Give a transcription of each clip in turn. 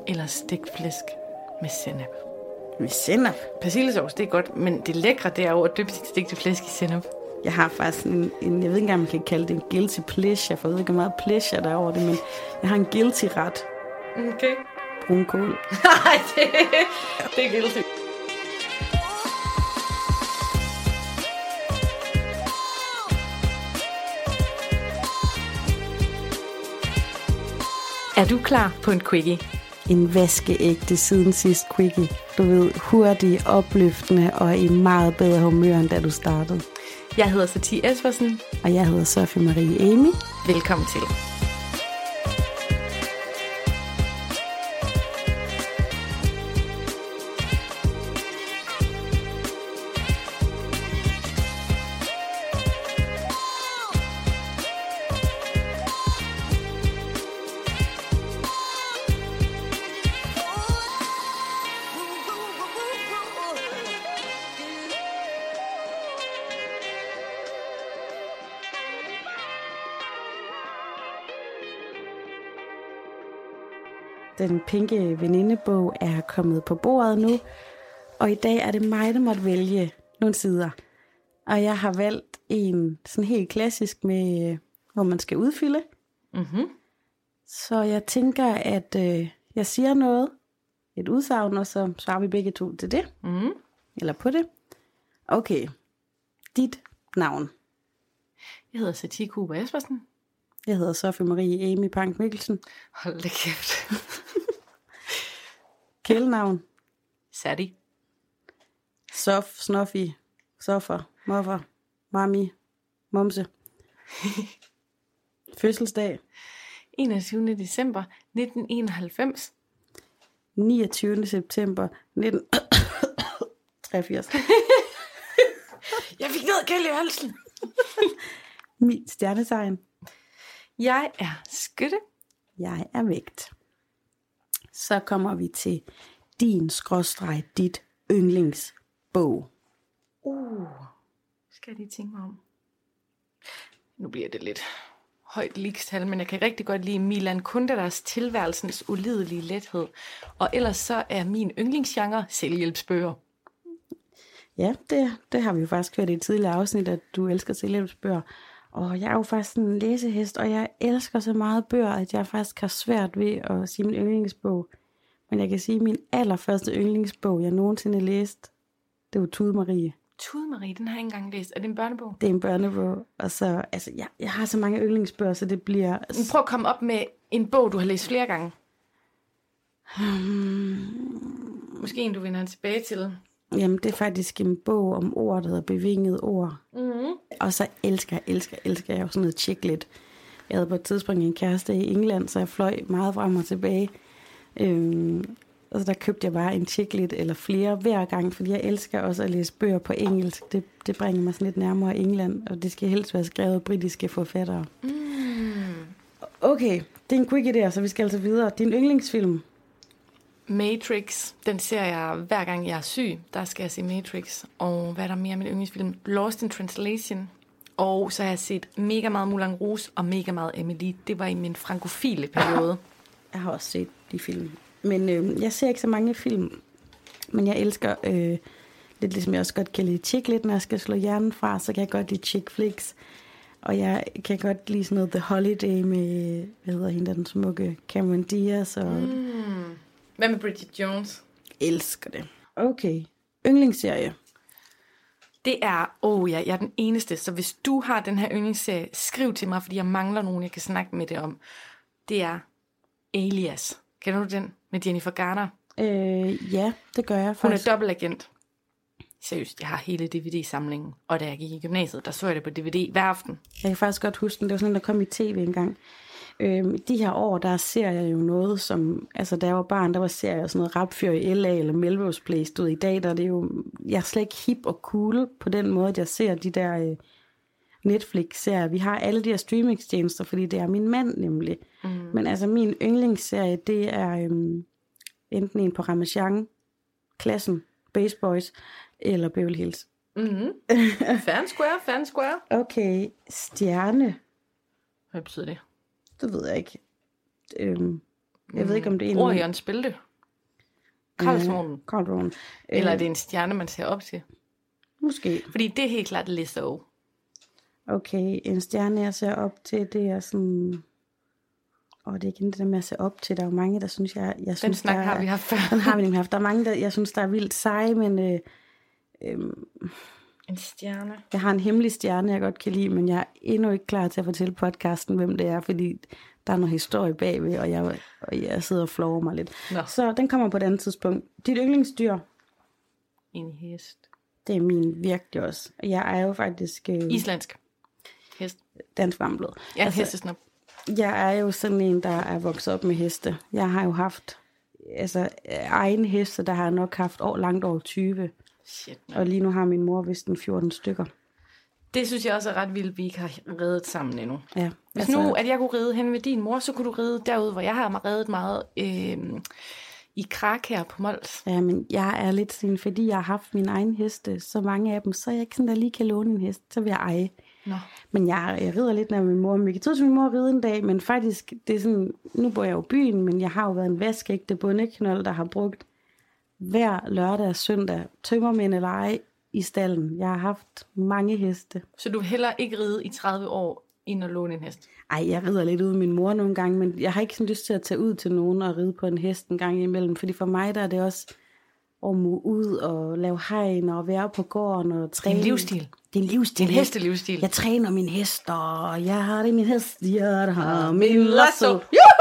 eller stegt flæsk med sennep? Med sennep? Persillesovs, det er godt, men det lækre, det er jo at dyppe sit stegte flæsk i sennep. Jeg har faktisk en, jeg ved ikke engang, man kan kalde det en guilty pleasure, for jeg ved ikke, hvor meget pleasure der er over det, men jeg har en guilty ret. Okay. Brunkål. Nej, det er guilty. Er du klar på en quickie? En vaskeægte siden sidst quickie. Du ved, hurtig, opløftende og i meget bedre humør, end da du startede. Jeg hedder Satie Espersen. Og jeg hedder Sofie Marie Amy. Velkommen til. Den pinke venindebog er kommet på bordet nu, og i dag er det mig, der måtte vælge nogle sider. Og jeg har valgt en sådan helt klassisk med, hvor man skal udfylde. Mm-hmm. Så jeg tænker, at jeg siger noget, et udsagn, og så svarer vi begge to til det. Mm-hmm. Eller på det. Okay. Dit navn. Jeg hedder Satie Kuber Espersen. Jeg hedder Sofie Marie Amy Pank Mikkelsen. Hold da kæft. Kælenavn. Sati. Sof, Snoffi, Soffer, Moffer, Mami, Momse. Fødselsdag. 21. december 1991. 29. september 1983. Jeg fik noget gæld i halsen. Mit stjernetegn. Jeg er skytte. Jeg er vægt. Så kommer vi til dit yndlingsbog. Skal jeg lige tænke mig om. Nu bliver det lidt højt likstal, men jeg kan rigtig godt lide Milan Kunderas Tilværelsens ulidelige lethed. Og ellers så er min yndlingsgenre selvhjælpsbøger. Ja, det har vi jo faktisk hørt i et tidligere afsnit, at du elsker selvhjælpsbøger. Og jeg er jo faktisk en læsehest, og jeg elsker så meget bøger, at jeg faktisk har svært ved at sige min yndlingsbog. Men jeg kan sige, at min allerførste yndlingsbog, jeg nogensinde læste, det var Tude Marie. Tude Marie, den har jeg ikke engang læst. Er det en børnebog? Det er en børnebog, og så, altså, jeg har så mange yndlingsbøger, så det bliver... Prøv at komme op med en bog, du har læst flere gange. Måske en, du vender tilbage til. Jamen, det er faktisk en bog om ord, der hedder Bevingede ord. Mm-hmm. Og så elsker jeg jo sådan noget chicklit. Jeg havde på et tidspunkt en kæreste i England, så jeg fløj meget frem og tilbage. Og så der købte jeg bare en chicklit eller flere hver gang, fordi jeg elsker også at læse bøger på engelsk. Det bringer mig sådan lidt nærmere England, og det skal helst være skrevet af britiske forfattere. Okay, det er en quickie der, så vi skal altså videre. Din yndlingsfilm? Matrix, den ser jeg hver gang jeg er syg. Der skal jeg se Matrix. Og hvad er der mere af min yndlingsfilm? Lost in Translation. Og så har jeg set mega meget Moulin Rouge og mega meget Emily. Det var i min frankofile periode. Jeg har også set de film. Men jeg ser ikke så mange film. Men jeg elsker, lidt ligesom jeg også godt kan lide chick-lit, når jeg skal slå hjernen fra, så kan jeg godt lide chick flicks. Og jeg kan godt lide sådan noget The Holiday med, hvad hedder hende, den smukke Cameron Diaz. Og Hvad med Bridget Jones? Elsker det. Okay. Yndlingsserie. Det er, jeg er den eneste. Så hvis du har den her yndlingsserie, skriv til mig, fordi jeg mangler nogen, jeg kan snakke med det om. Det er Alias. Kender du den? Med Jennifer Garner? Ja, det gør jeg faktisk. Hun er dobbeltagent. Seriøst, jeg har hele DVD-samlingen. Og da jeg gik i gymnasiet, der så jeg det på DVD hver aften. Jeg kan faktisk godt huske den. Det var sådan, der kom i tv engang. De her år, der ser jeg jo noget som, altså da jeg var barn, der var serier jo sådan noget Rapfyr i LA eller Melrose Place. Du, i dag, der er det jo, jeg er slet ikke hip og cool på den måde, at jeg ser de der Netflix-serier. Vi har alle de her streamingstjenester, fordi det er min mand nemlig. Men altså min yndlingsserie, det er enten en på Ramachan, Klassen, Base Boys eller Beverly Hills. Fan Square. Okay, stjerne. Hvad betyder det? Det ved jeg ikke. Jeg ved ikke, om det er en... Orion Spelte. Karlsvognen. Karlsvognen. Eller er det en stjerne, man ser op til? Måske. Fordi det er helt klart Lizzo. Okay, en stjerne, jeg ser op til, det er sådan... det er igen det der med at se op til. Der er jo mange, der synes, jeg Den synes, snak har vi haft før. Den har vi nemlig haft. Der er mange, der jeg synes, der er vildt seje, men... En stjerne. Jeg har en hemmelig stjerne, jeg godt kan lide, men jeg er endnu ikke klar til at fortælle podcasten, hvem det er, fordi der er noget historie bagved, og jeg sidder og flover mig lidt. Nå. Så den kommer på et andet tidspunkt. Dit yndlingsdyr? En hest. Det er min virkelig også. Jeg er jo faktisk... Islandsk. Hest. Dansk varmblod. Ja, hestesnop. Jeg er jo sådan en, der er vokset op med heste. Jeg har jo haft egen heste, der har jeg nok haft langt over 20. Shit, man. Og lige nu har min mor vist en 14 stykker. Det synes jeg også er ret vildt, vi ikke har reddet sammen endnu. Ja, Hvis nu, at jeg kunne ride hen ved din mor, så kunne du ride derude, hvor jeg har reddet meget i Krakær på Mols. Ja, men jeg er lidt sådan, fordi jeg har haft min egen heste, så mange af dem, så jeg ikke sådan, der lige kan låne en hest, så vil jeg eje. Nå. Men jeg rider lidt, når min mor, vi kan tage til min mor ride en dag, men faktisk, det er sådan, nu bor jeg jo i byen, men jeg har jo været en vaskeægte bondeknold, der har brugt hver lørdag og søndag, tømmermænd eller ej, i stallen. Jeg har haft mange heste. Så du vil heller ikke ride i 30 år, end at låne en hest? Ej, jeg rider lidt ud med min mor nogle gange, men jeg har ikke sådan lyst til at tage ud til nogen og ride på en hest en gang imellem, fordi for mig der er det også at må ud og lave hegn og være på gården og træne. Det er en livsstil. Det er en livsstil. Det er en hestelivsstil. Jeg træner min hest, og jeg har det min hest, jeg har min lasso.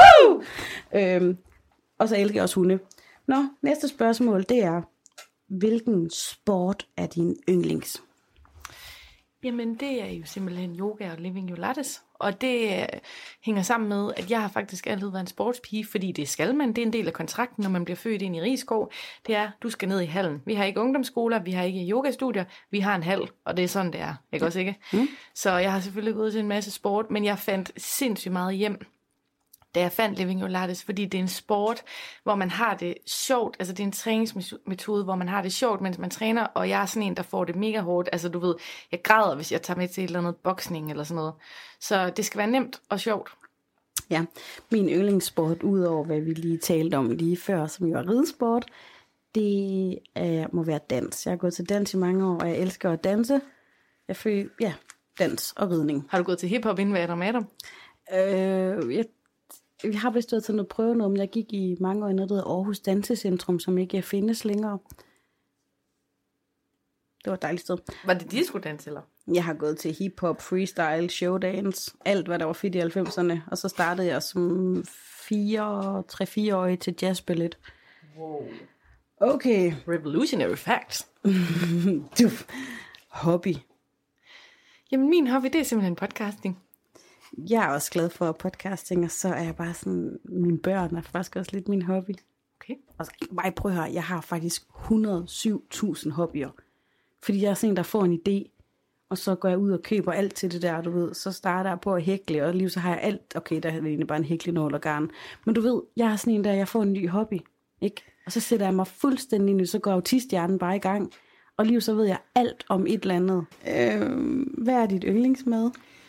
Og så elsker jeg også hunde. Nå, næste spørgsmål, det er, hvilken sport er din yndlings? Jamen, det er jo simpelthen yoga og living your lattes. Og det hænger sammen med, at jeg har faktisk altid været en sportspige, fordi det skal man. Det er en del af kontrakten, når man bliver født ind i Rigskov. Det er, du skal ned i hallen. Vi har ikke ungdomsskoler, vi har ikke yogastudier, vi har en hal, og det er sådan, det er. Ikke også, ikke? Så jeg har selvfølgelig gået til en masse sport, men jeg fandt sindssygt meget hjem, da jeg fandt Living Your Lattes, fordi det er en sport, hvor man har det sjovt, altså det er en træningsmetode, hvor man har det sjovt, mens man træner, og jeg er sådan en, der får det mega hårdt, altså du ved, jeg græder, hvis jeg tager med til et eller andet boksning eller sådan noget, så det skal være nemt og sjovt. Ja, min yndlingssport, udover hvad vi lige talte om lige før, som jo er ridesport, det må være dans. Jeg har gået til dans i mange år, og jeg elsker at danse. Jeg føler, dans og ridning. Har du gået til hiphop inden ved Adam? Jeg har vist stået til noget prøve noget, men jeg gik i mange år i noget, der hedder Aarhus Dansecentrum, som ikke findes længere. Det var et dejligt sted. Var det disco-dans, eller? Jeg har gået til hiphop, freestyle, showdance, alt hvad der var fedt i 90'erne. Og så startede jeg som 3-4-årig til jazzballet. Wow. Okay. Revolutionary facts. Hobby. Jamen min hobby, det er simpelthen podcasting. Jeg er også glad for podcasting, og så er jeg bare sådan, mine børn er faktisk også lidt min hobby. Okay. Og så, prøv at høre, jeg har faktisk 107.000 hobbyer. Fordi jeg er sådan en, der får en idé, og så går jeg ud og køber alt til det der, du ved. Så starter jeg på at hækle, og lige så har jeg alt. Okay, der er det egentlig bare en hæklenål og garn. Men du ved, jeg er sådan en, der jeg får en ny hobby, ikke? Og så sætter jeg mig fuldstændig ind i, så går autisthjernen bare i gang. Og lige så ved jeg alt om et eller andet. Hvad er dit yndlingsmad?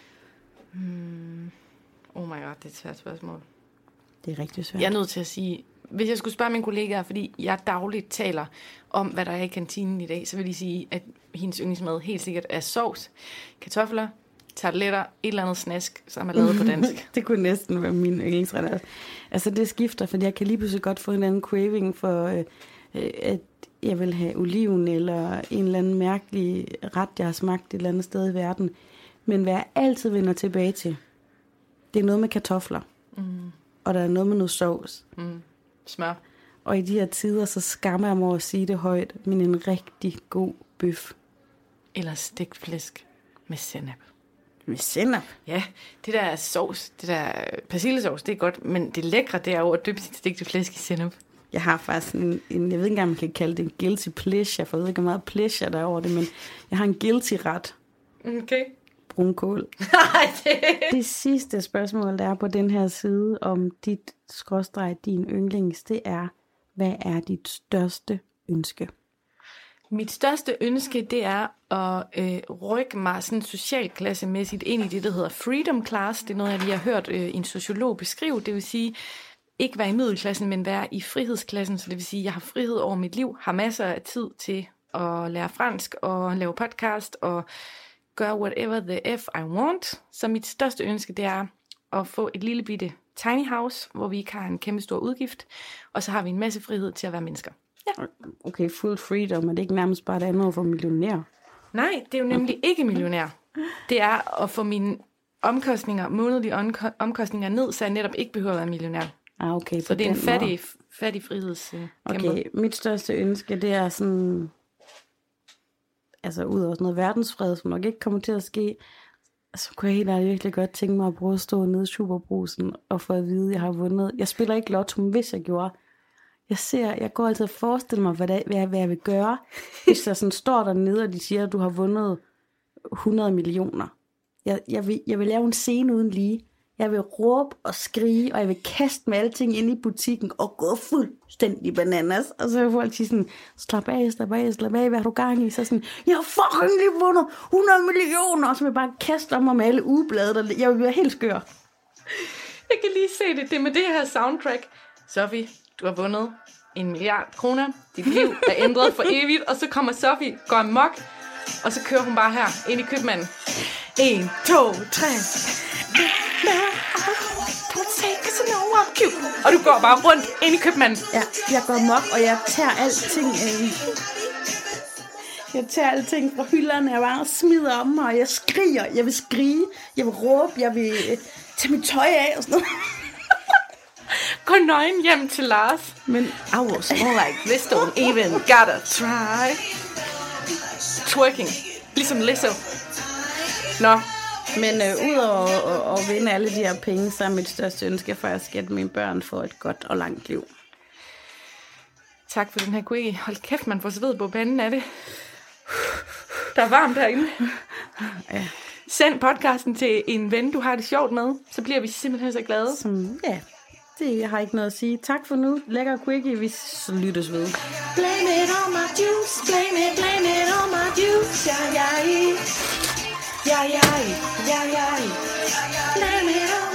Oh my god, det er et svært spørgsmål. Det er rigtig svært. Jeg er nødt til at sige, hvis jeg skulle spørge mine kollegaer, fordi jeg dagligt taler om, hvad der er i kantinen i dag, så vil de sige, at hendes yndlingsmad helt sikkert er sovs, kartofler, tarteletter, et eller andet snask, som er lavet på dansk. Det kunne næsten være min yndlingsret. Altså det skifter, fordi jeg kan lige pludselig godt få en anden craving for, at jeg vil have oliven, eller en eller anden mærkelig ret, jeg har smagt et eller andet sted i verden. Men hvad jeg altid vender tilbage til, det er noget med kartofler. Og der er noget med noget sovs. Smør. Og i de her tider, så skammer jeg mig over at sige det højt, men en rigtig god bøf. Eller stegt flæsk med sennep. Med sennep? Ja, det der sovs, det der persillesovs, det er godt, men det lækre, det er jo at dyppe sit stegte flæsk i sennep. Jeg har faktisk en, jeg ved ikke engang, man kan kalde det en guilty pleasure, for jeg ved ikke, hvor meget pleasure der er over det, men jeg har en guilty ret. Okay. Brunkål. Det sidste spørgsmål, der er på den her side om din yndlings, det er, hvad er dit største ønske? Mit største ønske, det er at rykke mig sådan socialklassemæssigt ind i det, der hedder freedom class. Det er noget, jeg lige har hørt en sociolog beskrive. Det vil sige, ikke være i middelklassen, men være i frihedsklassen. Så det vil sige, at jeg har frihed over mit liv, har masser af tid til at lære fransk og lave podcast og gøre whatever the F I want. Så mit største ønske, det er at få et lille bitte tiny house, hvor vi ikke har en kæmpe stor udgift, og så har vi en masse frihed til at være mennesker. Ja. Okay, full freedom, er det ikke nærmest bare et andet ord for millionær? Nej, det er jo nemlig ikke millionær. Det er at få mine månedlige omkostninger ned, så jeg netop ikke behøver at være millionær. Okay, så det er en fattig frihedskæmper. Okay, mit største ønske, det er sådan, altså ud over sådan noget verdensfred, som nok ikke kommer til at ske, så kunne jeg helt ærligt virkelig godt tænke mig at prøve at stå nede i Superbrusen og få at vide, at jeg har vundet. Jeg spiller ikke lotto, men hvis jeg gjorde, jeg går altid og forestiller mig, hvad jeg vil gøre, hvis jeg sådan står dernede, og de siger, at du har vundet 100 millioner. Jeg vil lave en scene uden lige. Jeg vil råbe og skrige, og jeg vil kaste med alting ind i butikken og gå fuldstændig bananas. Og så vil folk sige sådan, slap af, hvad har du gang i? Så sådan, jeg har fucking lige vundet 100 millioner, og så vil jeg bare kaste om mig med alle ugeblade. Jeg vil være helt skør. Jeg kan lige se det. Det er med det her soundtrack. Sofie, du har vundet 1 milliard kroner. Dit liv er ændret for evigt. Og så kommer Sofie, går amok, og så kører hun bare her ind i købmanden. 1, 2, 3. Og du går bare rundt ind i købmanden. Ja, jeg går amok, og jeg tager alting. Jeg tager alting fra hylderne, jeg bare smider om mig, og jeg skriger. Jeg vil skrige, jeg vil råbe, jeg vil tage mit tøj af og sådan noget. Gå nøgen hjem til Lars. Men I was more like this, don't even gotta try. Twerking. Ligesom Lizzo. Nå. Men udover at vinde alle de her penge, så er mit største ønske faktisk, at mine børn får et godt og langt liv. Tak for den her quickie. Hold kæft, man får sved på panden af det. Der er varmt herinde. Ja. Send podcasten til en ven, du har det sjovt med. Så bliver vi simpelthen så glade. Ja, det har ikke noget at sige. Tak for nu. Lækker quickie, vi lyttes ved. Blame it on my juice, blame it on my juice, ja, ja, ja, ja, ja, ja, blame it on